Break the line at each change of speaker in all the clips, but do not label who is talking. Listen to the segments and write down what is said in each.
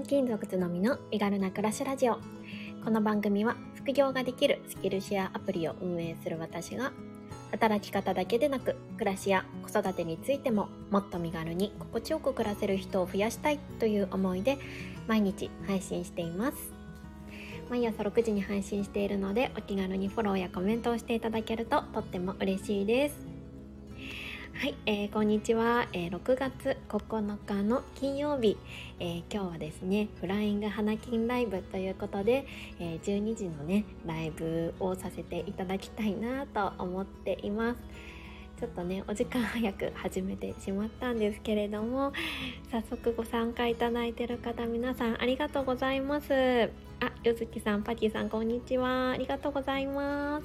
金属つのみの身軽な暮らしラジオ。この番組は副業ができるスキルシェアアプリを運営する私が、働き方だけでなく暮らしや子育てについてももっと身軽に心地よく暮らせる人を増やしたいという思いで毎日配信しています。毎朝6時に配信しているので、お気軽にフォローやコメントをしていただけるととっても嬉しいです。はい、こんにちは、6月9日の金曜日、今日はですねフライング花金ライブということで、12時のねライブをさせていただきたいなと思っています。ちょっとねお時間早く始めてしまったんですけれども、早速ご参加いただいている方皆さんありがとうございます。よずきさん、パキさん、こんにちは。ありがとうございます。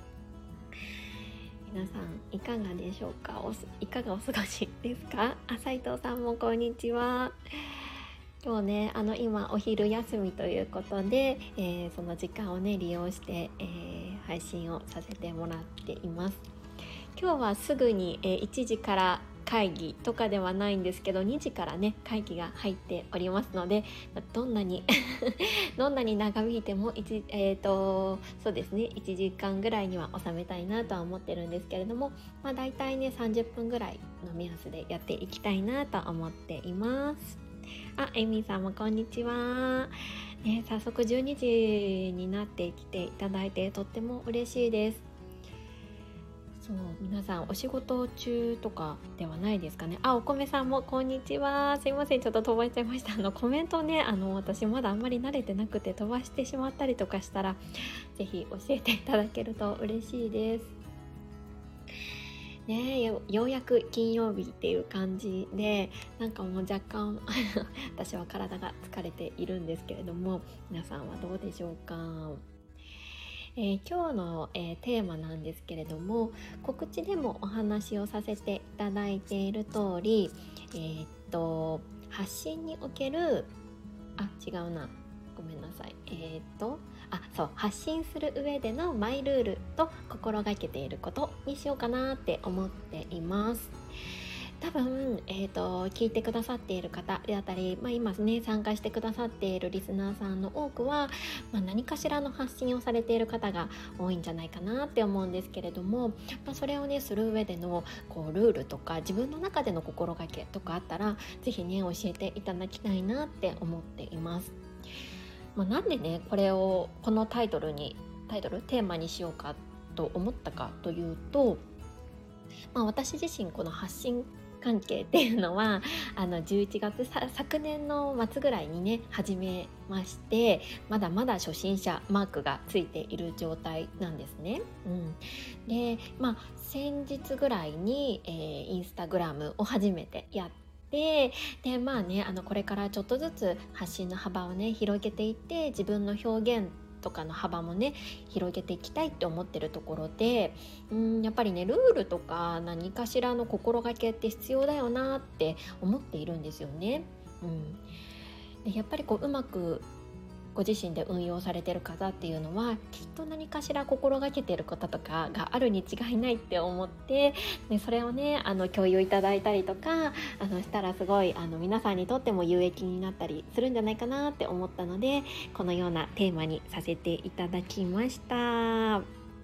皆さんいかがでしょうか。いかがお過ごしですか。斉藤さんもこんにちは。今日ね今お昼休みということで、その時間をね利用して、配信をさせてもらっています。今日はすぐに、1時から会議とかではないんですけど、2時からね会議が入っておりますので、どんなにどんなに長引いてもそうですね1時間ぐらいには収めたいなとは思ってるんですけれども、だいたいね30分ぐらいの目安でやっていきたいなと思っています。エミさんもこんにちは、早速12時になってきていただいてとっても嬉しいです。そう皆さんお仕事中とかではないですかね。お米さんもこんにちは。すいません、ちょっと飛ばしちゃいました。コメントね私まだあんまり慣れてなくて飛ばしてしまったりとかしたらぜひ教えていただけると嬉しいですね。ようやく金曜日っていう感じで、なんかもう若干私は体が疲れているんですけれども、皆さんはどうでしょうか。今日の、テーマなんですけれども、告知でもお話をさせていただいている通り、発信における違うなごめんなさい発信する上でのマイルールと心がけていることにしようかなって思っています。多分、聞いてくださっている方であったり、今ね参加してくださっているリスナーさんの多くは、何かしらの発信をされている方が多いんじゃないかなって思うんですけれども、それをねする上でのルールとか自分の中での心がけとかあったらぜひね教えていただきたいなって思っています。なんでねこのテーマにしようかと思ったかというと、私自身この発信関係っていうのは11月昨年の末ぐらいにね始めまして、まだまだ初心者マークがついている状態なんですね。で先日ぐらいに、インスタグラムを初めてやってでこれからちょっとずつ発信の幅をね広げていって、自分の表現とかの幅もね広げていきたいって思ってるところで、やっぱりねルールとか何かしらの心がけって必要だよなって思っているんですよね。でやっぱりうまくご自身で運用されている方っていうのはきっと何かしら心がけていることとかがあるに違いないって思って、でそれをね共有いただいたりとかしたらすごい皆さんにとっても有益になったりするんじゃないかなって思ったので、このようなテーマにさせていただきました。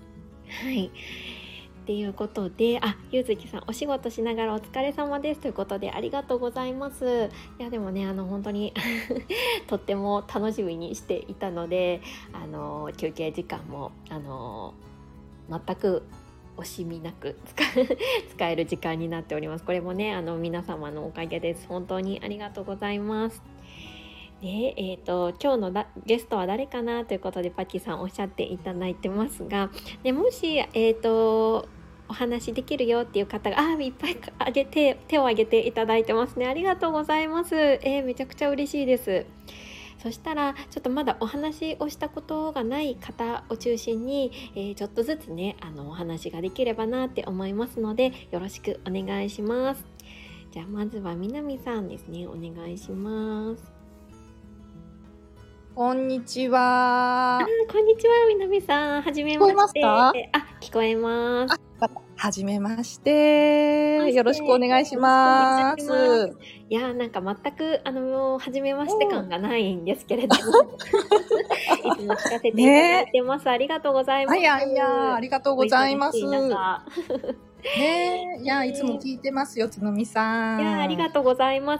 っていうことでゆずきさん、お仕事しながらお疲れ様ですということでありがとうございます。いやでもね本当にとっても楽しみにしていたので休憩時間も全く惜しみなく使える時間になっております。これもね皆様のおかげです。本当にありがとうございます。で今日のゲストは誰かなということでパッキーさんおっしゃっていただいてますが、でもしお話できるよっていう方がいっぱい手を挙げていただいてますね。ありがとうございます。めちゃくちゃ嬉しいです。そしたらちょっとまだお話をしたことがない方を中心に、ちょっとずつねお話ができればなって思いますのでよろしくお願いします。じゃあまずはみなみさんですね、お願いします。
こんにちは。
こんにちは、みなみさん。はじめまして。
聞こえますか？
聞こえます。
はじめまして。 よろしくお願いしま
よろしくお願いし
す。
いやーなんか全く初めまして感がないんですけれどもいつも聞かせていただいてます、ありがとうございます。
いやいや、ありがとうございます。
お忙しい中
ねえ、いや、いつも聞いてますよ、つのみさん。
いやありがとうございます。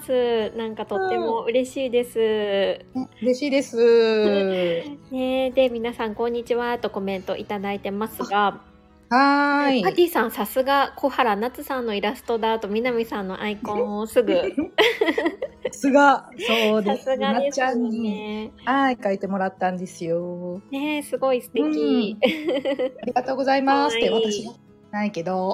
なんかとっても嬉しいです。
嬉しいです。
ねで皆さんこんにちはとコメントいただいてますが、
はーい。
パティさんさすが小原夏さんのイラストだと南さんのアイコンをすぐ
さすが、そうです。
さすがです
なっちゃんに、
ね。
はい、書いてもらったんですよ。
ねすごい素敵。
ありがとうございますって、
かわいい
私はないけど。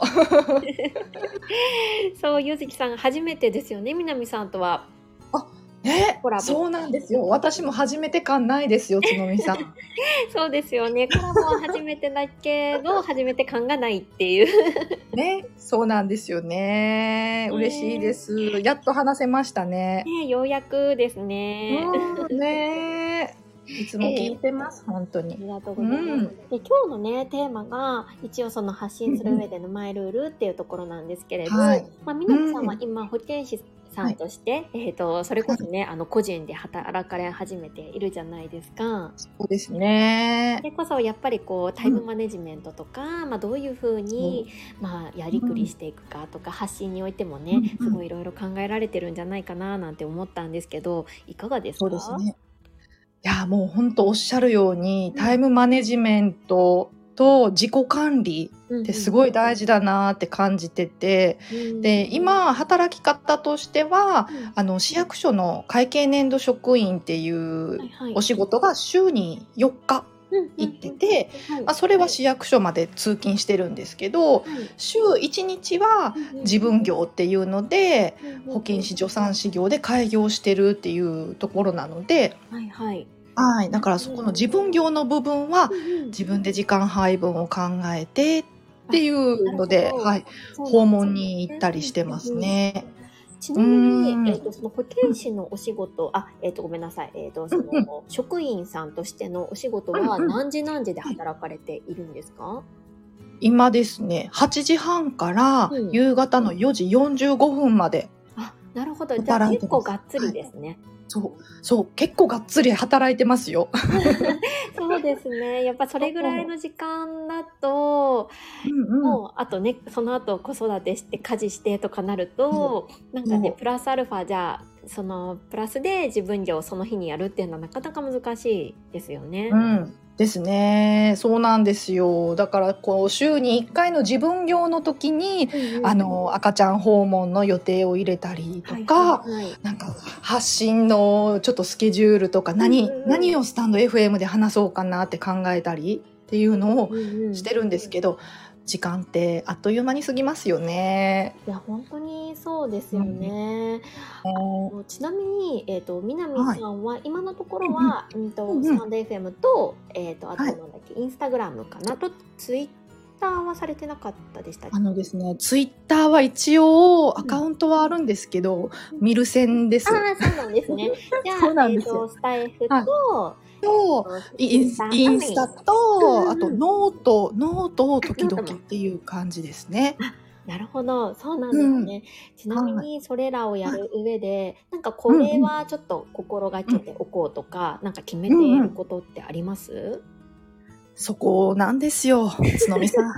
そう、ゆずきさん初めてですよね、南さんとは。コラボ
そうなんですよ。私も初めて感ないですよ、つのみさん。
そうですよね。コラボは初めてだけど、初めて感がないっていう。
ね、そうなんですよね。嬉しいです。やっと話せましたね。
ねようやくですね。
ねいつも聞いてます、本当に。
ありがとうございます。で今日のねテーマが一応その発信する上でのマイルールっていうところなんですけれど、南さんは今保健師さんとして、それこそね、個人で働かれ始めているじゃないですか。
そうですね。
でこそやっぱりこうタイムマネジメントとか、どういうふうに、やりくりしていくかとか、発信においてもね、すごいいろいろ考えられてるんじゃないかななんて思ったんですけど、いかがですか？
そうですね。いや、もう本当おっしゃるように、タイムマネジメントと自己管理ってすごい大事だなって感じてて、で今働き方としては、市役所の会計年度職員っていうお仕事が週に4日行ってて、それは市役所まで通勤してるんですけど、週1日は自分業っていうので、保健師助産師業で開業してるっていうところなので、だからそこの自分業の部分は自分で時間配分を考えてっていうので、訪問に行ったりしてますね。
ちなみに、その保健師のお仕事、ごめんなさい、その職員さんとしてのお仕事は何時何時で働かれているんですか？
今ですね、8時半から夕方の4時45分まで。
なるほど。じゃあ結構がっつりですね。
そう、結構がっつり働いてますよ。
そうですね。やっぱそれぐらいの時間だと、もうあとね、その後子育てして家事してとかなると、なんかね、プラスアルファじゃあそのプラスで自分業をその日にやるっていうのはなかなか難しいですよね。
ですね。そうなんですよ。だからこう週に1回の自分業の時に、赤ちゃん訪問の予定を入れたりとか、なんか発信のちょっとスケジュールとか、何をスタンド FM で話そうかなって考えたりっていうのをしてるんですけど、時間ってあっという間に過ぎますよね。
いや本当にそうですよね。ちなみに、南さんは今のところは、スタンド FM と、あとなんだっけ、インスタグラムかなとツイッターはされてなかったでしたっけ？
ですね、ツイッターは一応アカウントはあるんですけど、見る線です。
そうなんですね。じゃあ、スタイフと、
インスタと、あとノートを時々っていう感じですね。
なるほど、そうなんですね。ちなみにそれらをやる上で、なんかこれはちょっと心がけておこうとか、なんか決めていることってあります？
そこなんですよ、つのみさん。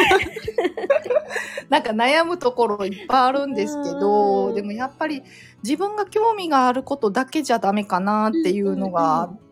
なんか悩むところいっぱいあるんですけど、でもやっぱり自分が興味があることだけじゃダメかなっていうのがあって、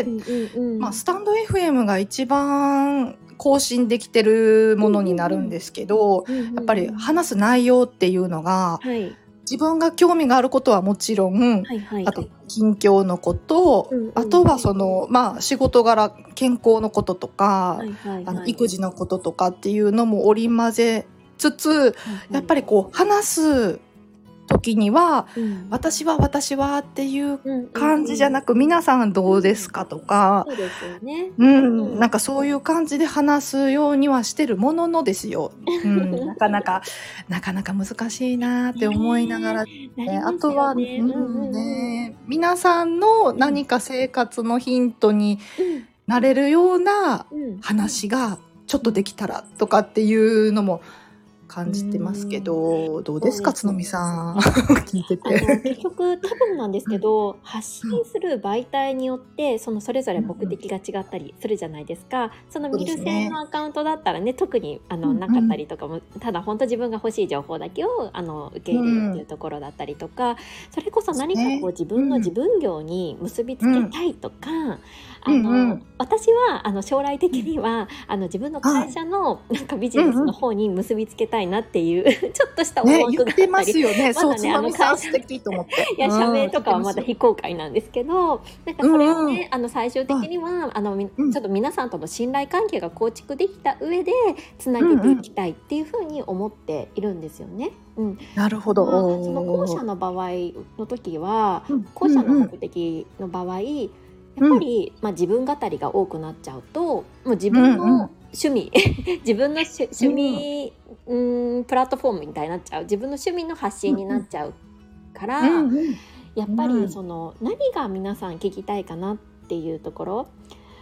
スタンド FM が一番更新できてるものになるんですけど、やっぱり話す内容っていうのが、自分が興味があることはもちろん、あと近況のこと、あとはその仕事柄健康のこととか、育児のこととかっていうのも織り交ぜつつ、やっぱりこう話す時には、私はっていう感じじゃなく、皆さんどうですかとか、なんかそういう感じで話すようにはしてるもののですよ。なかなか難しいなって思いながら、あとは、皆さんの何か生活のヒントになれるような話がちょっとできたらとかっていうのも感じてますけど、どうですか、つのみさん。聞いてて。
結局多分なんですけど、発信する媒体によってそれぞれ目的が違ったりするじゃないですか。その見る専のアカウントだったらね、特になかったりとかも、ただ本当自分が欲しい情報だけを受け入れるっていうところだったりとか、それこそ何かこう自分の自分業に結びつけたいとか、私は将来的には自分の会社のなんかビジネスの方に結びつけたいなっていうちょっとした思惑があったり、
言ってますよね。
まだね、
会社素敵と思って。
いや、社名とかはまだ非公開なんですけど、なんかそれをね、最終的にはちょっと皆さんとの信頼関係が構築できた上でつなげていきたいっていうふうに思っているんですよね。
なるほど。
その後者の場合の時は、後者の目的の場合、やっぱり、自分語りが多くなっちゃうと、もう自分の趣味、自分の趣味、プラットフォームみたいになっちゃう、自分の趣味の発信になっちゃうから、やっぱり何が皆さん聞きたいかなっていうところ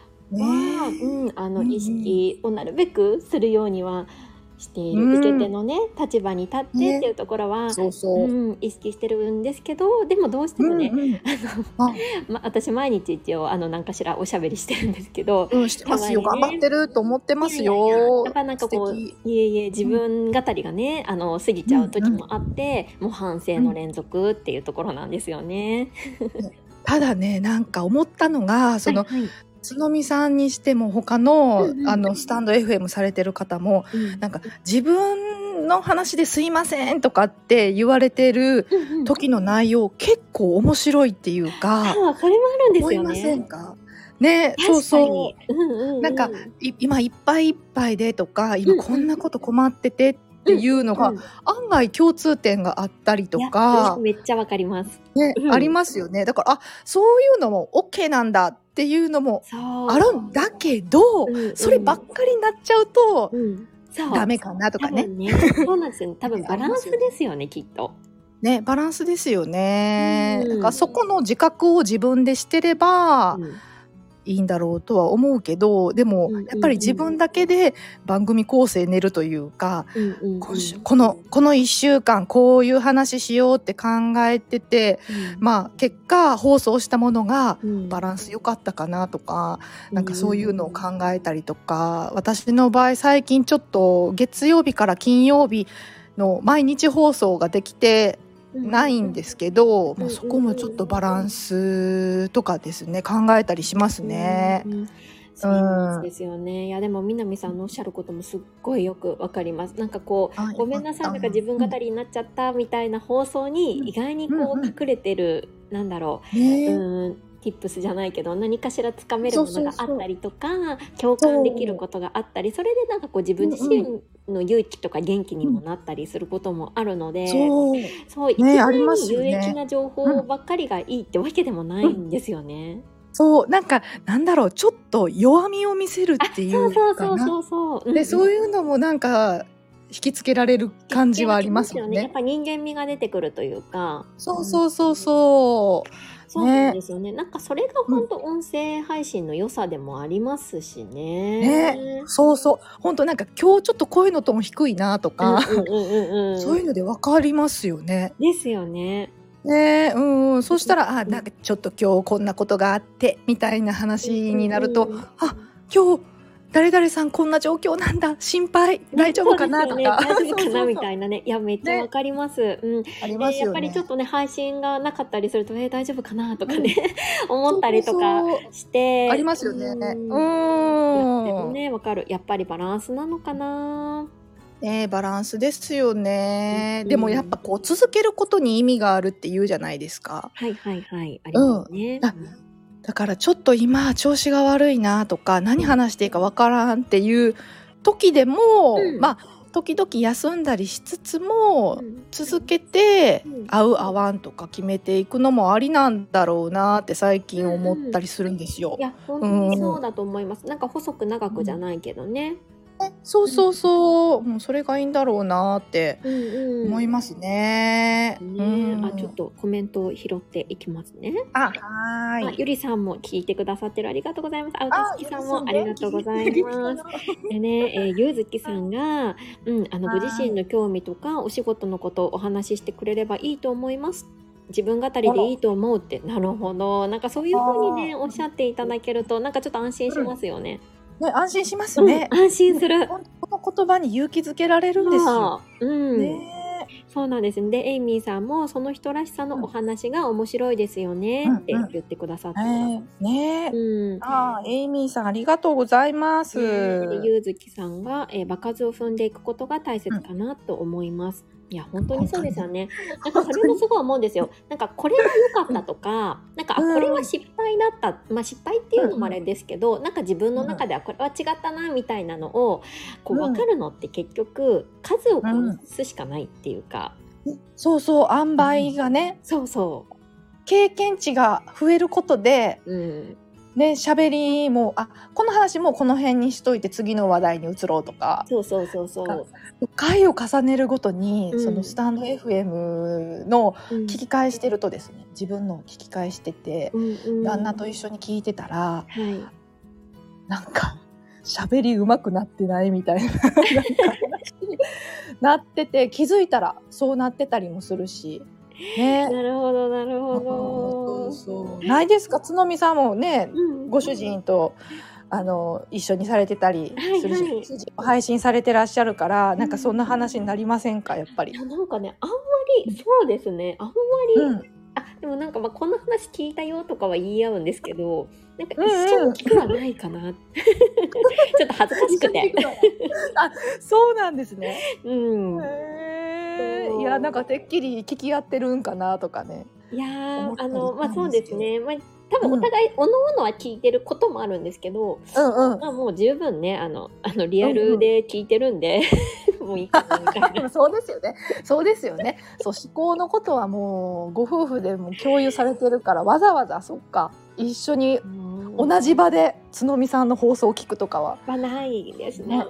は、意識をなるべくするようにはしている、受け手のね立場に立ってっていうところは、意識してるんですけど、でもどうしてもね、私毎日一応何かしらおしゃべりしてるんですけど、
してますよ、頑張ってると思ってますよ。
やっぱなんかこう自分語りがね過ぎちゃう時もあって、もう反省の連続っていうところなんですよね。
ただね、なんか思ったのがつのみさんにしても他の、スタンド FM されてる方も、なんか自分の話ですいませんとかって言われてる時の内容、結構面白いっていうか、
それもあるんですよね。
思いませんかね。なんか今いっぱいいっぱいでとか、今こんなこと困っててっていうのが、案外共通点があったりとか、
めっちゃわかります、
ありますよね。だからそういうのも OK なんだっていうのもあるんだけど、そればっかりになっちゃうと、ダメかなとかね。
そうなんですよね。多分バランスですよね、きっと。
ね、バランスですよね。だからそこの自覚を自分でしてれば、いいんだろうとは思うけど、でもやっぱり自分だけで番組構成練るというか、この1週間こういう話しようって考えてて、結果放送したものがバランス良かったかなとか、なんかそういうのを考えたりとか、私の場合最近ちょっと月曜日から金曜日の毎日放送ができてないんですけど、そこもちょっとバランスとかですね、考えたりしますね。
そうですよね。いやでも南さんのおっしゃることもすっごいよくわかります。なんかこうごめんなさい、なんか自分語りになっちゃったみたいな放送に意外にこう隠れてる、なんだろう、tips じゃないけど何かしらつかめるものがあったりとか、共感できることがあったり、それでなんかこう自分自身の勇気とか元気にもなったりすることもあるので、そう一概に有益な情報ばっかりがいいってわけでもないんですよね。
なんだろう、ちょっと弱みを見せるっていうかな。でそういうのもなんか引きつけられる感じはありますよね。
やっぱ人間味が出てくるというか。そうなんですよね。なんかそれが本当音声配信の良さでもありますしね。
本当なんか今日ちょっと声のトーン低いなとか、そういうので分かりますよね。
ですよね。
そしたらなんかちょっと今日こんなことがあってみたいな話になると、今日誰々さんこんな状況なんだ、心配、大丈夫かなとか、
大丈夫かなみたいなね。いやめっちゃわかります。
ありますよね。
やっぱりちょっとね配信がなかったりすると大丈夫かなとかね思ったりとかして
ありますよね。で
もねわかる。やっぱりバランスなのかな。
バランスですよね。でもやっぱこう続けることに意味があるって言うじゃないですか。
ありますね。
だからちょっと今調子が悪いなとか、何話していいかわからんっていう時でも、時々休んだりしつつも、続けて合う合わんとか決めていくのもありなんだろうなって最近思ったりするんですよ。
いや本当にそうだと思います。なんか細く長くじゃないけどね。
そうそうそう、もうそれがいいんだろうなって思いますね。
ちょっとコメントを拾っていきますね。
はい。
ゆりさんも聞いてくださってる、ありがとうございます。うたすきさんもありがとうございます。でね、ゆうずきさんが、ご自身の興味とかお仕事のことをお話ししてくれればいいと思います。自分語りでいいと思うって、なるほど。なんかそういう風にね、おっしゃっていただけると、なんかちょっと安心しますよね。
安心しますね。
安心する。
この言葉に勇気づけられるんですよ。
そうなんです。で、エイミーさんもその人らしさのお話が面白いですよねって言ってくださってます。
エイミーさんありがとうございます。
ゆうずきさんが、場数を踏んでいくことが大切かなと思います。いや、本当にそうですよね。なんかそれもすごい思うんですよ。なんかこれが良かったとか、なんかこれは失敗だった。失敗っていうのもあれですけど、なんか自分の中ではこれは違ったなみたいなのをこう分かるのって結局数をこなすしかないっていうか。
そうそう、塩梅がね。
そうそう。
経験値が増えることで、ね、喋りもこの話もこの辺にしといて次の話題に移ろうとか、回を重ねるごとに、そのスタンド FM の聞き返してるとですね、自分の聞き返してて、旦那と一緒に聞いてたら、なんか喋り上手くなってないみたいななってて、気づいたらそうなってたりもするし。
なるほどなるほど。
ないですか、つのみさんもね、ご主人と一緒にされてたりするし、配信されてらっしゃるから、なんかそんな話になりませんか、やっぱり。
なんかね、あんまりそうですね、あんまり、でもなんかこんな話聞いたよとかは言い合うんですけど、なんか一緒に聞くはないかな。ちょっと恥ずかしくて。
そうなんですね。いや、なんかてっきり聞き合ってるんかなとかね。
いやそうですね。多分お互いおのおのは聞いてることもあるんですけど、もう十分ね、リアルで聞いてるんで、もういいかなみたいな。
そうですよね。そうですよね。そう、思考のことはもうご夫婦でも共有されてるから、わざわざそっか、一緒に同じ場でつのみさんの放送を聞くとかは。
ないですね。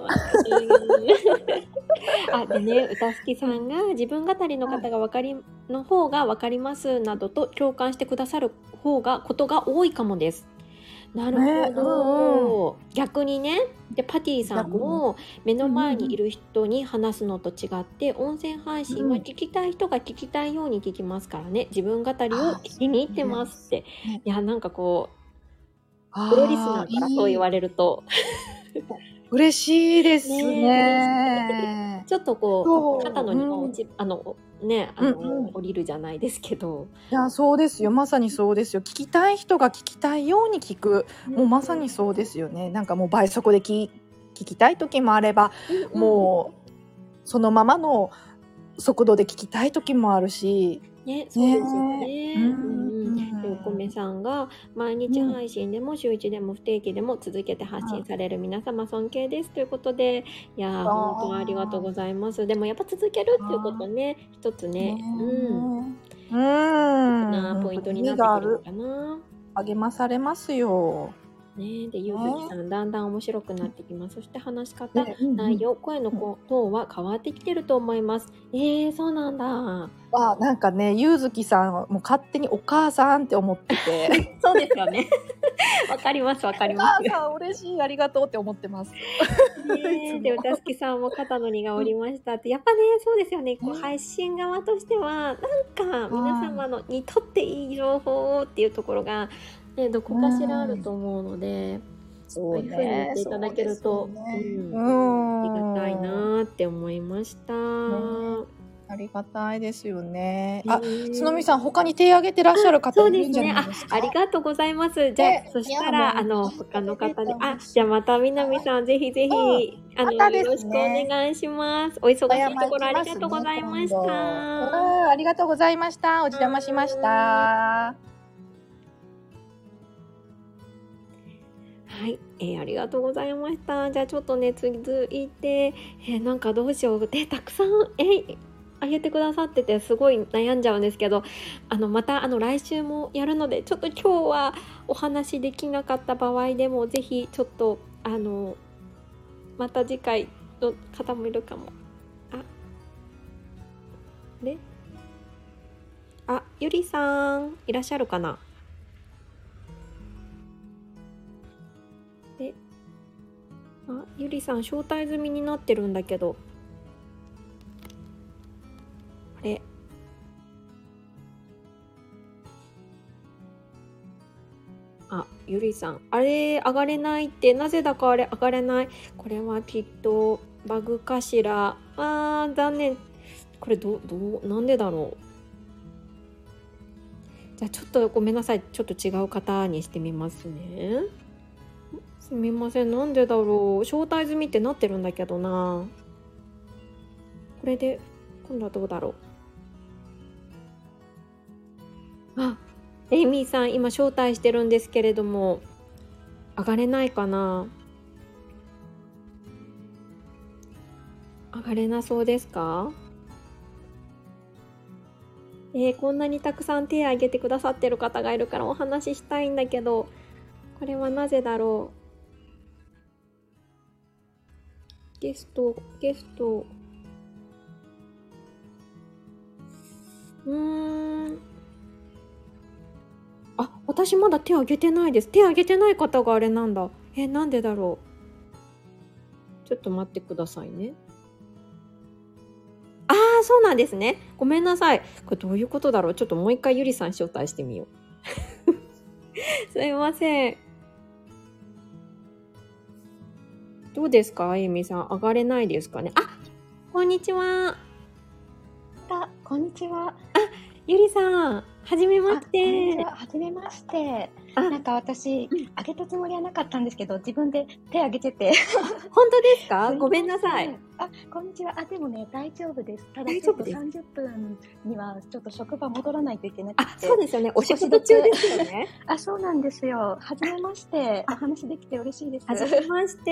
でね、うたすきさんが自分語りの方がの方が分かりますなどと共感してくださることが多いかもです。なるほど。逆にね、でパティさんも目の前にいる人に話すのと違って、音声配信は聞きたい人が聞きたいように聞きますからね。自分語りを聞きに行ってますって。いや、なんかこうプロリスナーからそう言われると
嬉しいですね。
ちょっとこう肩の荷が降りるじゃないですけど。
いや、そうですよ。まさにそうですよ。聞きたい人が聞きたいように聞く。もうまさにそうですよね。なんかもう倍速で聞きたい時もあれば、もうそのままの速度で聞きたい時もあるし。
ね、そうですよね。お米さんが毎日配信でも週1でも不定期でも続けて発信される皆様尊敬ですということで、いや本当ありがとうございます。でもやっぱ続けるっていうことね、一つね、ポイントになってくるのかな。
励まされますよ。
ね、でゆうずきさん、だんだん面白くなってきます。そして話し方、内容、声のトーンは変わってきてると思います。そうなんだ。
なんかね、ゆうずきさんはもう勝手にお母さんって思ってて
そうですよね。わかりますわかります。
お母さん嬉しい、ありがとうって思ってます。
で、うたすきさんも肩の荷が下りましたって、やっぱね、そうですよね。こう配信側としてはなんか皆様のにとっていい情報っていうところがどこかしらあると思うので、そういうふうに言っていただけると、ありがたいなって思いました。
ありがたいですよね。つのみさん、他に手挙げてらっしゃる方いるんじゃないですか？
ありがとうございます。じゃあ、そしたら他の方で、じゃあまたみなみさんぜひぜひよろしくお願いします。お忙しいところありがとうございました。
ありがとうございました。お邪魔しました。
はい、ありがとうございました。じゃあちょっとね、続いて、なんかどうしよう。たくさんあげてくださっててすごい悩んじゃうんですけど、また来週もやるので、ちょっと今日はお話できなかった場合でもぜひちょっとまた次回の方もいるかも。ゆりさんいらっしゃるかな。ゆりさん招待済みになってるんだけど、あれ、ゆりさんあれ上がれないって、なぜだかあれ上がれない。これはきっとバグかしら。残念。これなんでだろう。じゃあちょっとごめんなさい、ちょっと違う方にしてみますね。すみません、なんでだろう。招待済みってなってるんだけどな。これで今度はどうだろう。エイミーさん今招待してるんですけれども上がれないかな。上がれなそうですか。こんなにたくさん手を挙げてくださってる方がいるからお話ししたいんだけど、これはなぜだろう。ゲスト私まだ手挙げてないです。手挙げてない方があれなんだ。なんでだろう。ちょっと待ってくださいね。そうなんですね。ごめんなさい。これどういうことだろう。ちょっともう一回ゆりさん招待してみよう。すいません。どうですか、あゆみさん。上がれないですかね。こんにちは。
こんにちは。
ゆりさん、はじめまして。
はじめまして。なんか私、あげたつもりはなかったんですけど、自分で手挙げてて。
本当ですか？ごめんなさい。
こんにちは。でもね、大丈夫です。ただちょっと30分にはちょっと職場戻らないといけなくて。
そうですよね。お仕事中ですよね。
そうなんですよ。はじめまして。お話できて嬉しいです。
はじめまして。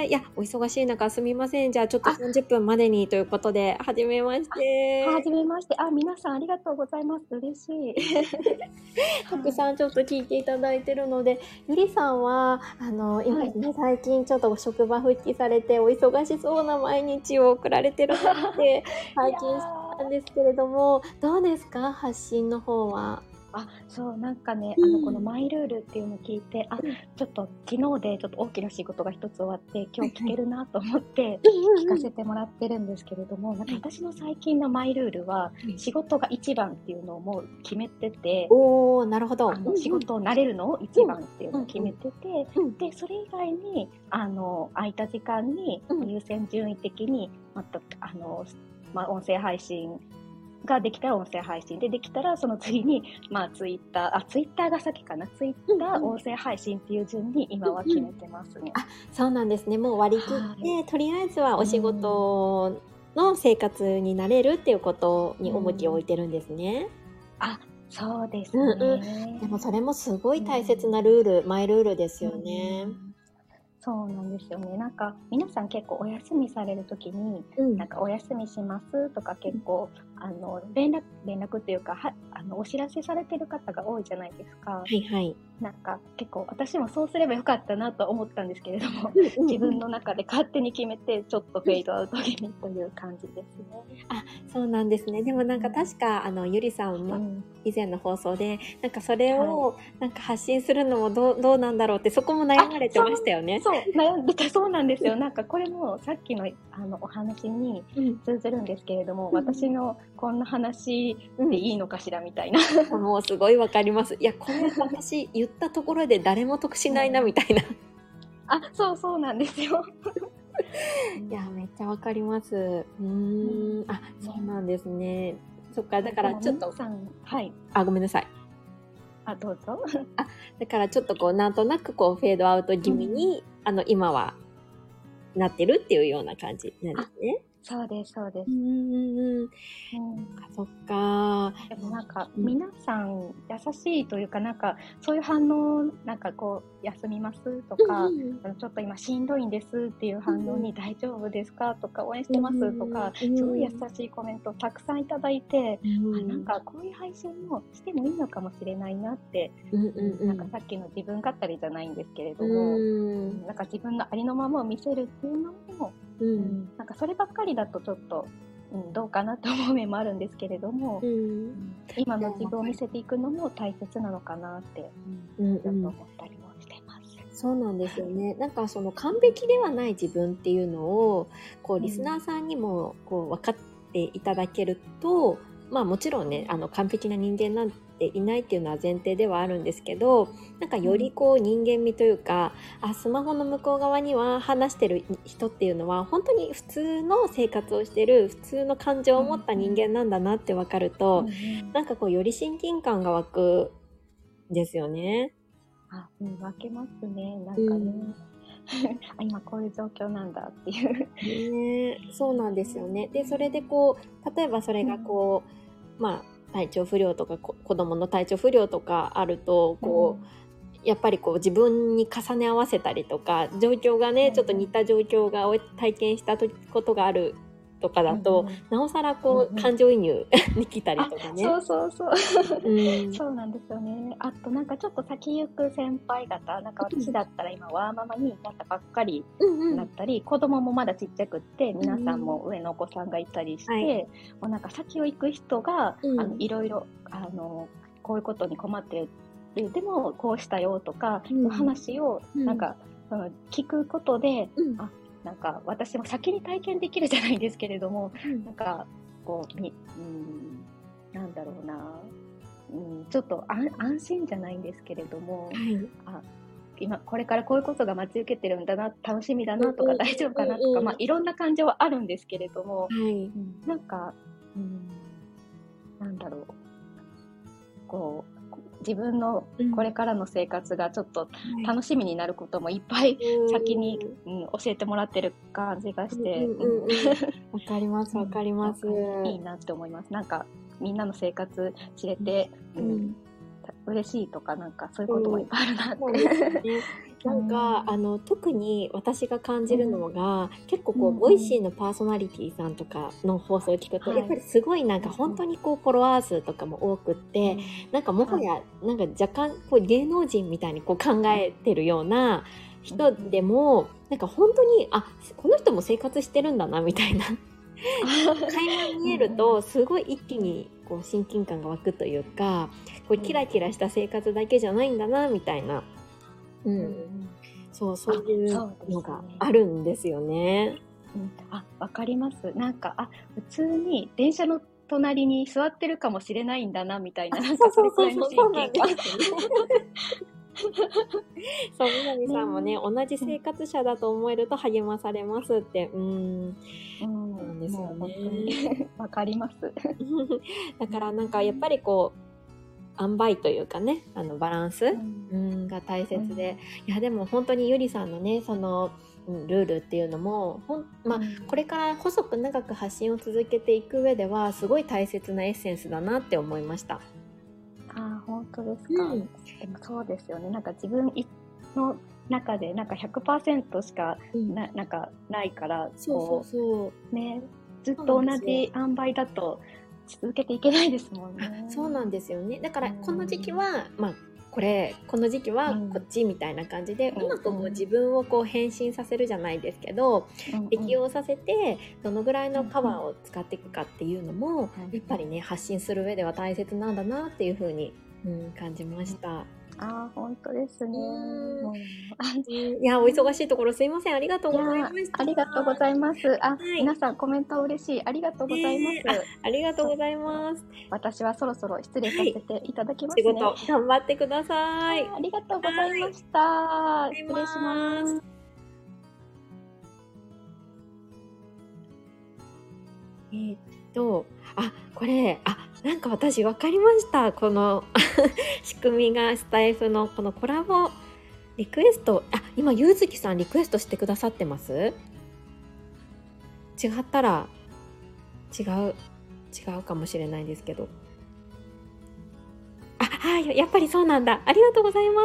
いや、お忙しい中すみません。じゃあちょっと30分までにということで、はじめまして。
はじめまして。皆さんありがとうございます。嬉しい。
たくさんちょっと聞いていただいてるので、ゆりさんは今ね、最近ちょっと職場復帰されてお忙しそうな毎日を送られてるなって拝見したんですけれども、どうですか、発信の方は。
そう、なんかね、このマイルールっていうのを聞いて、ちょっと昨日でちょっと大きな仕事が一つ終わって、今日聞けるなと思って聞かせてもらってるんですけれども、なんか私の最近のマイルールは、仕事が一番っていうのをもう決めてて、
なるほど。
仕事を慣れるのを一番っていうのを決めてて、で、それ以外に、空いた時間に優先順位的に、また、音声配信、ができたら音声配信で、できたらその次に、ツイッターが先かな、ツイッター、音声配信っていう順に今は決めてますね。
そうなんですね。もう割り切って、とりあえずはお仕事の生活になれるっていうことに重きを置いてるんですね。
そうですね。
でもそれもすごい大切なルール、マイルールですよね。
そうなんですよね。なんか皆さん結構お休みされるときに、なんかお休みしますとか結構連絡っていうかお知らせされてる方が多いじゃないですか。なんか結構私もそうすればよかったなと思ったんですけれども、自分の中で勝手に決めてちょっとフェードアウト気味という感じですね。
そうなんですね。でもなんか確かゆりさんも以前の放送でなんかそれをなんか発信するのもどうなんだろうって、そこも悩まれてましたよね。
そう悩んでた。そうなんですよ。なんかこれもさっきのお話に通ずるんですけれども、私のこんな話でいいのかしらみたいな。
もうすごいわかります。いや、これ私言ったところで誰も得しないなみたいな。
そうなんですよ。
いや、めっちゃわかります。そうなんですね。そっか、だからちょっとごめんなさい。
どうぞ。
だからちょっとこうなんとなくこうフェードアウト気味に、今はなってるっていうような感じなんですね。
そうです、そうです。
そっか。
でもなんか、皆さん優しいというか、なんか、そういう反応、なんかこう、休みますとか、ちょっと今しんどいんですっていう反応に、大丈夫ですかとか、応援してますとか、すごい優しいコメントをたくさんいただいて、なんかこういう配信もしてもいいのかもしれないなって、なんかさっきの自分語りじゃないんですけれども、なんか自分のありのままを見せるっていうのも、なんかそればっかりだとちょっと、どうかなと思う面もあるんですけれども、今の自分を見せていくのも大切なのかなって、ちょっと思ったりもしてます。
そうなんですよね。なんかその完璧ではない自分っていうのをこうリスナーさんにもこう分かっていただけると、まあもちろんね完璧な人間なんていないっていうのは前提ではあるんですけど、なんかよりこう人間味というか、スマホの向こう側には話してる人っていうのは本当に普通の生活をしてる普通の感情を持った人間なんだなって分かると、なんかこうより親近感が湧くんですよね。
湧けますね。なんかね。今こういう状況なんだっていう。
そうなんですよね。で、それでこう、例えばそれがこう、体調不良とか子供の体調不良とかあるとこう、やっぱりこう自分に重ね合わせたりとか状況がね、ちょっと似た状況が体験したことがあるとかだと、なおさらこう、感情移入できたりとかね。
そうなんですよね。あとなんかちょっと先行く先輩方、なんか私だったら今ワーママになったばっかりだったり、子供もまだちっちゃくって皆さんも上のお子さんがいたりして、もうなんか先を行く人が、いろいろこういうことに困ってる、でもこうしたよとか、話をなんか聞くことで、なんか私も先に体験できるじゃないですけれども、なんかこうなんだろうな、ちょっと安心じゃないんですけれども、今これからこういうことが待ち受けてるんだな、楽しみだなとか、大丈夫かなとか、いろんな感情はあるんですけれども、なんか、なんだろう、こう自分のこれからの生活がちょっと楽しみになることもいっぱい先に、教えてもらってる感じがして、
わかりますわかります。
いいなって思います。なんかみんなの生活知れて、嬉しいとか、なんかそういうこともいっぱいあるなって。
なんか特に私が感じるのが、結構こう、ボイシーのパーソナリティさんとかの放送を聞くと、やっぱりすごいなんか本当にこうフォロワー数とかも多くって、なんかもはやなんか若干こう芸能人みたいにこう考えてるような人でも、なんか本当にこの人も生活してるんだなみたいな垣間見えると、すごい一気にこう親近感が湧くというか、こうキラキラした生活だけじゃないんだなみたいな。そういうのがあるんですよね。
わかります。なんか普通に電車の隣に座ってるかもしれないんだなみたいな、なんかそれくらいの親近感。
そう、みなみさんもね、同じ生活者だと思えると励まされますって。なんですよね。
わかります。
だからなんかやっぱりこう塩梅というかね、バランス、が大切で、いやでも本当にゆりさんのね、そのルールっていうのもこれから細く長く発信を続けていく上ではすごい大切なエッセンスだなって思いました。
本当ですか。でもそうですよね。なんか自分の中でなんか 100% しかなんかないから、ね、ずっと同じ塩梅だと続けていけないですもんね。
そうなんですよね。だからこの時期はこの時期はこっちみたいな感じで、うまくこう自分をこう変身させるじゃないですけど、適応させてどのぐらいのパワーを使っていくかっていうのも、やっぱりね発信する上では大切なんだなっていう風に、感じました。
本当ですね。
いや、お忙しいところすいません。ありがとうございました。
ありがとうございます。皆さんコメント嬉しい。ありがとうございます。
ありがとうございます。
私はそろそろ失礼させていただきますね。
仕事頑張ってください。
ありがとうございました。失礼します。
これなんか私分かりました。この仕組みがスタイフのこのコラボリクエスト、今ゆうずきさんリクエストしてくださってます？違ったら違うかもしれないですけど。はい、やっぱりそうなんだ。ありがとうございます。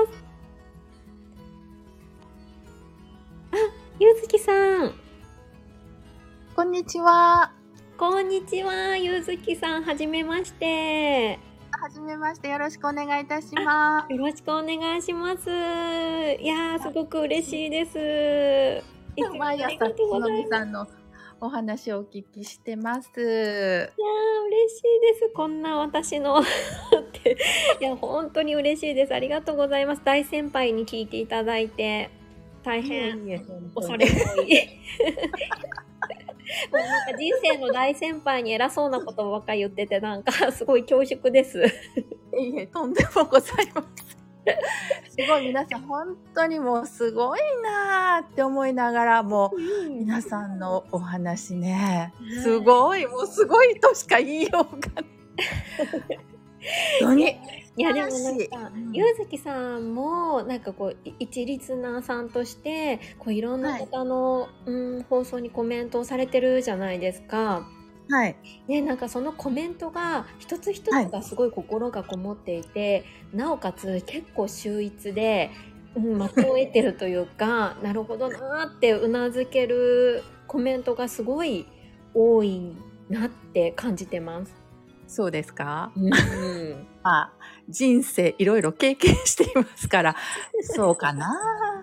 ゆずきさん。
こんにちは。
こんにちは、ゆずきさん。はじめまして。
はじめまして。よろしくお願いいたします。
よろしくお願いします。いやー、すごく嬉しいです。
毎朝、つのみさんのお話をお聞きしてます。いやー、嬉
しいです。こんな私のっていや本当に嬉しいです。ありがとうございます。大先輩に聞いていただいて大変恐れ多い。もうなんか人生の大先輩に偉そうなことばっかり言ってて、なんかすごい恐縮です。
いえ、とんでもございません。すごい皆さん本当にもうすごいなーって思いながらも皆さんのお話ね、すごいもうすごいとしか言いようがない本当に。
いやでもなんか、ゆずきさんもなんかこう一リスナーさんとしてこういろんな方の、放送にコメントをされてるじゃないですか。
はい。
ね、なんかそのコメントが一つ一つがすごい心がこもっていて、なおかつ結構秀逸で、的を得てるというかなるほどなってうなずけるコメントがすごい多いなって感じてます。
そうですか？まあ、人生いろいろ経験していますからそうかな。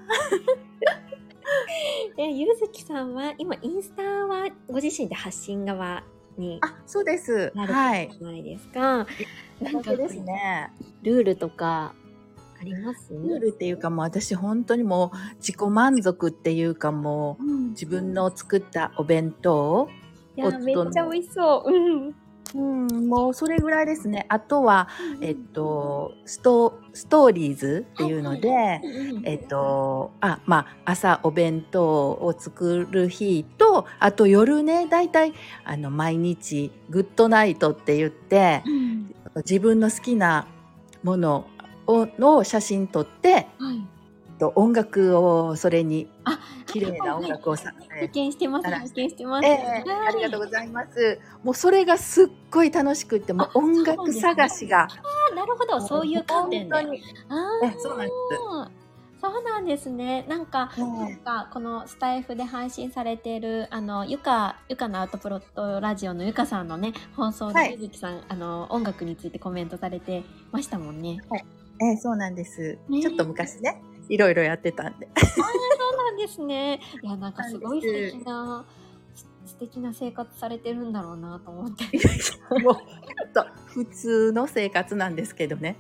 ゆずきさんは今インスタはご自身で発信側に
そうです。
なるじゃないですか。
なんかですね。
ルールとかあります？
ルールっていうかもう私本当にもう自己満足っていうかもう、自分の作ったお弁当
いやめっちゃ美味しそう。
もうそれぐらいですね。あとは、ストーリーズっていうので、朝お弁当を作る日と、あと夜ね、だいたい毎日グッドナイトって言って、自分の好きなものを写真撮って、音楽をそれに綺麗な音楽を
拝見してます。拝見してます。
ありがとうございます。もうそれがすっごい楽しくって、もう音楽探しが。
なるほど、そういう観点で。
そうなんです。
そうなんですね。なんかこのスタイフで配信されているゆかのアウトプロットラジオのゆかさんのね放送でゆずきさん音楽についてコメントされてましたもんね。
そうなんです。ちょっと昔ね。いろいろやってたんで。
そうなんですね。いや、なんかすごい素敵な生活されてるんだろうなと思って。
もう、ちょっと普通の生活なんですけどね。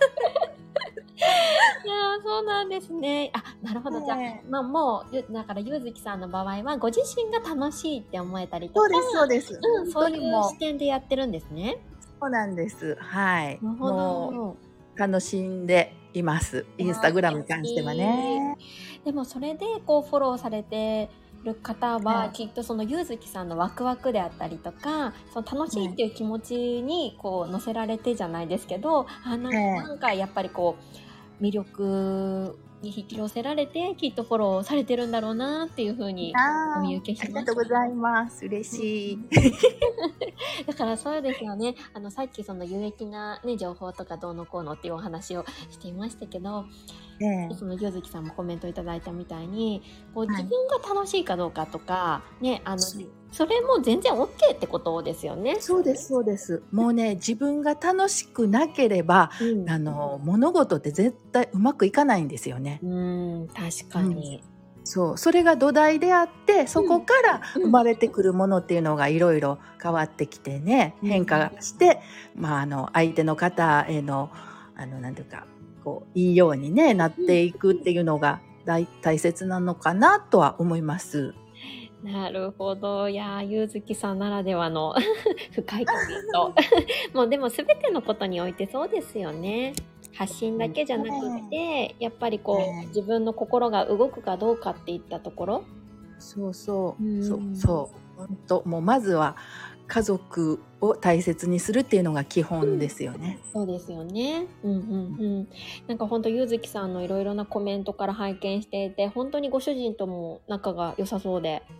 いやそうなんですね。なるほど。じゃあ、もう、だから、ゆずきさんの場合は、ご自身が楽しいって思えたりとか。
そうです。
そういう視点でやってるんですね。
そうなんです。はい。
なるほど。
もう楽しんでいます。インスタグラムに関してはね。
でもそれでこうフォローされてる方は、きっとそのゆずきさんのワクワクであったりとか、その楽しいっていう気持ちにこう乗せられてじゃないですけど、なんかやっぱりこう魅力に引き寄せられてきっとフォローされてるんだろうなっていう風にお見受けしました。
ありがとうございます。嬉しい。
だからそうですよね。さっきその有益な、ね、情報とかどうのこうのっていうお話をしていましたけど、そのゆずきさんもコメントいただいたみたいにこう自分が楽しいかどうかとか、ね、それも全然 OK ってことですよね。
そうですそうです。もうね自分が楽しくなければ、物事って絶対うまくいかないんですよね。
確かに。
それが土台であって、そこから生まれてくるものっていうのがいろいろ変わってきてね、変化して、相手の方へのなんていうかこういいようにねなっていくっていうのが大切なのかなとは思います。
なるほど。いやゆずきさんならではの深いコメント。もうでも全てのことにおいてそうですよね。発信だけじゃなくて、やっぱりこう、自分の心が動くかどうかっていったところ。そう本当もうまずは家族を大切にするっていうのが基本ですよね。 そうですよね。なんか本当ゆずきさんのいろいろなコメントから拝見していて、本当にご主人とも仲が良さそうで。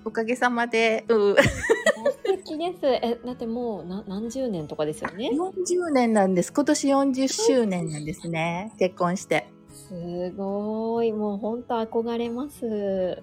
おかげさまで、
素敵です。だってもう何十年とかですよね。
40年なんです。今年40周年なんですね。結婚して。
すごい。もう本当憧れます。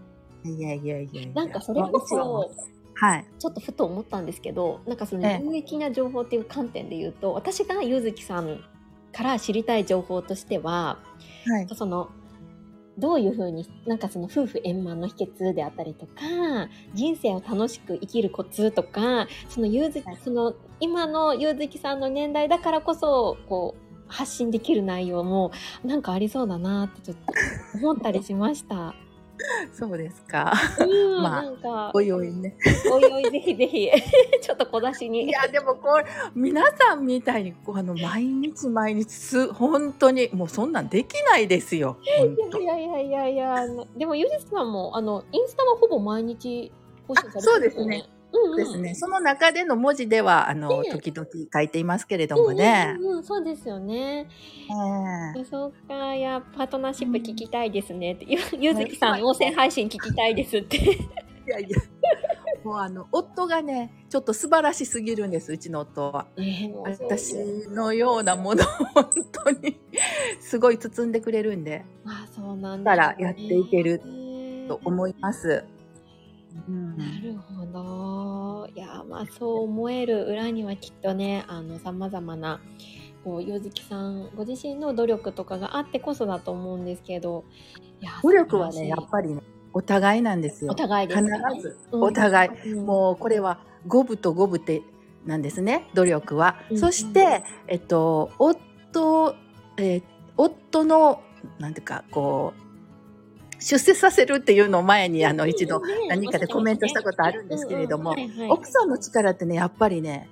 いやいやいやいや。
なんかそれこそ、
はい。
ちょっとふと思ったんですけど、なんかその有益な情報っていう観点で言うと、私がゆずきさんから知りたい情報としては、
はい、
そのどういうふうになんかその夫婦円満の秘訣であったりとか、人生を楽しく生きるコツとか、そのその今のゆずきさんの年代だからこそこう発信できる内容もなんかありそうだなってちょっと思ったりしました。
そうですか。
まあ、なんか
おいおいね。
おいおいぜひぜひちょっと小出しに。
いやでもこれ皆さんみたいに毎日本当にもうそんなんできないですよ。
いやでもゆずきさんもインスタはほぼ毎日更新されて
そうですね。ですね。その中での文字では時々書いていますけれどもね。
そうですよね。そうか、いやパートナーシップ聞きたいですねって。ゆずきさん音声配信聞きたいですって。い
やいや。もう夫がねちょっと素晴らしすぎるんです。うちの夫は。私のようなものを本当にすごい包んでくれるんで。
そうなん
だからやっていけると思います。
なるほど。いやまあそう思える裏にはきっとね様々なゆずきさんご自身の努力とかがあってこそだと思うんですけど、
努力はねやっぱりねお互いなんですよ。
お互いですね。
必ずお互い、もうこれは五分と五分ってなんですね、努力は。そして夫のなんていうか出世させるっていうのを前に一度何かでコメントしたことあるんですけれども、奥さんの力ってねやっぱりね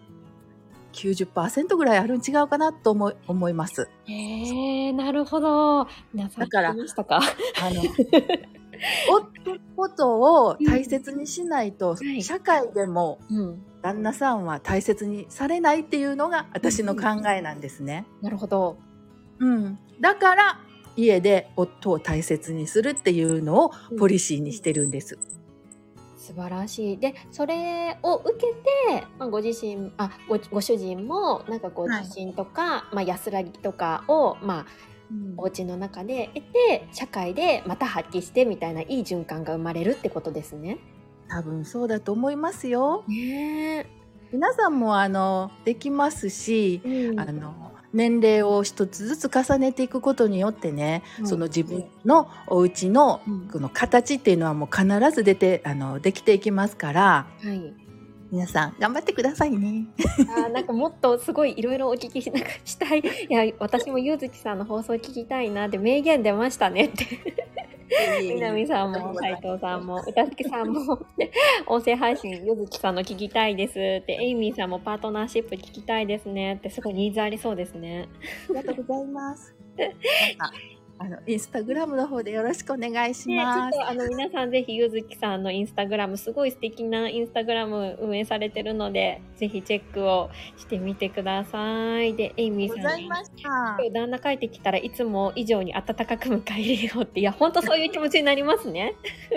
90% ぐらいあるん違うかなと思います。
なるほど。皆さん聞きましたか？
夫のことを大切にしないと、社会でも旦那さんは大切にされないっていうのが私の考えなんですね。
なるほど。
だから家で夫を大切にするっていうのをポリシーにしてるんです。
素晴らしい。でそれを受けて、ご自身ご主人もなんか自信とか、安らぎとかをお家の中で得て社会でまた発揮してみたいないい循環が生まれるってことですね。
多分そうだと思いますよ。皆さんもできますし、年齢を一つずつ重ねていくことによってね、その自分のお家のこの形っていうのはもう必ずできていきますから、皆さん頑張ってくださいね。
なんかもっとすごいいろいろお聞きしたい。いや私もゆずきさんの放送聞きたいなって名言出ましたねって。南さんも斉藤さんも歌月さんも音声配信ゆずきさんの聞きたいですってエイミーさんもパートナーシップ聞きたいですねってすごいニーズありそうですね。
ありがとうございます。インスタグラムの方でよろしくお願いします。
ちょっと皆さんぜひゆずきさんのインスタグラムすごい素敵なインスタグラム運営されてるのでぜひチェックをしてみてください。でエイミーさんに旦那帰ってきたらいつも以上に温かく迎え入れようって、いや本当そういう気持ちになりますね。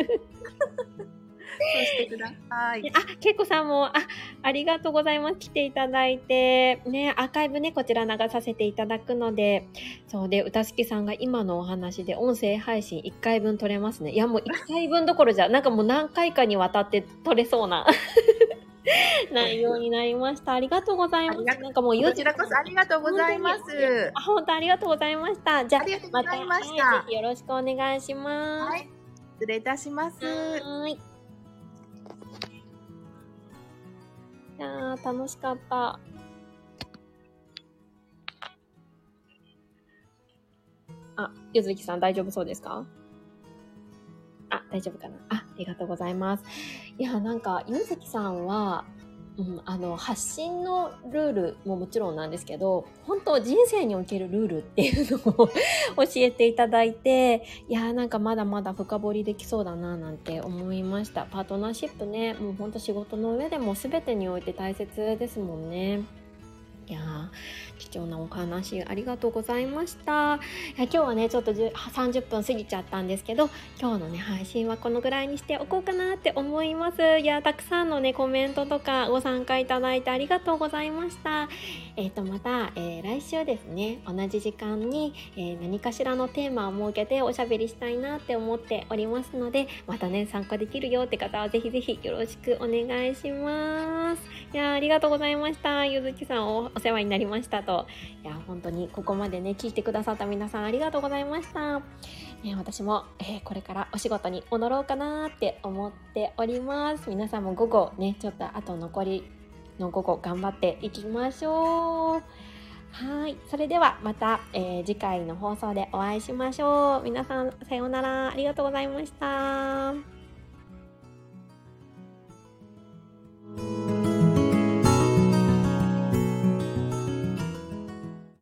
そうしてください。
けいこさんもありがとうございます。来ていただいてね、アーカイブねこちら流させていただくので、そうで歌月さんが今のお話で音声配信1回分取れますね。いやもう1回分どころじゃなんかもう何回かにわたって取れそうな内容になりました。ありがとうございます。なんかもう
こちらこそありがとうございます。
本当ありがとうございました。じゃあ
またぜ
ひよろしくお願いします。
失礼いたします。
いや楽しかった。ゆずきさん大丈夫そうですか？大丈夫かな。ありがとうございます。いやなんかゆずきさんは、発信のルールももちろんなんですけど、本当人生におけるルールっていうのを教えていただいて、いやなんかまだまだ深掘りできそうだななんて思いました。パートナーシップね、もう本当仕事の上でも全てにおいて大切ですもんね。いや聞貴重なお話ありがとうございました。今日はねちょっと30分過ぎちゃったんですけど、今日のね配信はこのぐらいにしておこうかなって思います。いやたくさんのねコメントとかご参加いただいてありがとうございました。また、来週ですね、同じ時間に、何かしらのテーマを設けておしゃべりしたいなって思っておりますので、またね参加できるよって方はぜひぜひよろしくお願いします。いやありがとうございました。ゆずきさんお世話になりましたと。いや本当にここまでね聞いてくださった皆さんありがとうございました。私も、これからお仕事に戻ろうかなって思っております。皆さんも午後ねちょっとあと残りの午後頑張っていきましょう。はい、それではまた、次回の放送でお会いしましょう。皆さんさようなら、ありがとうございました。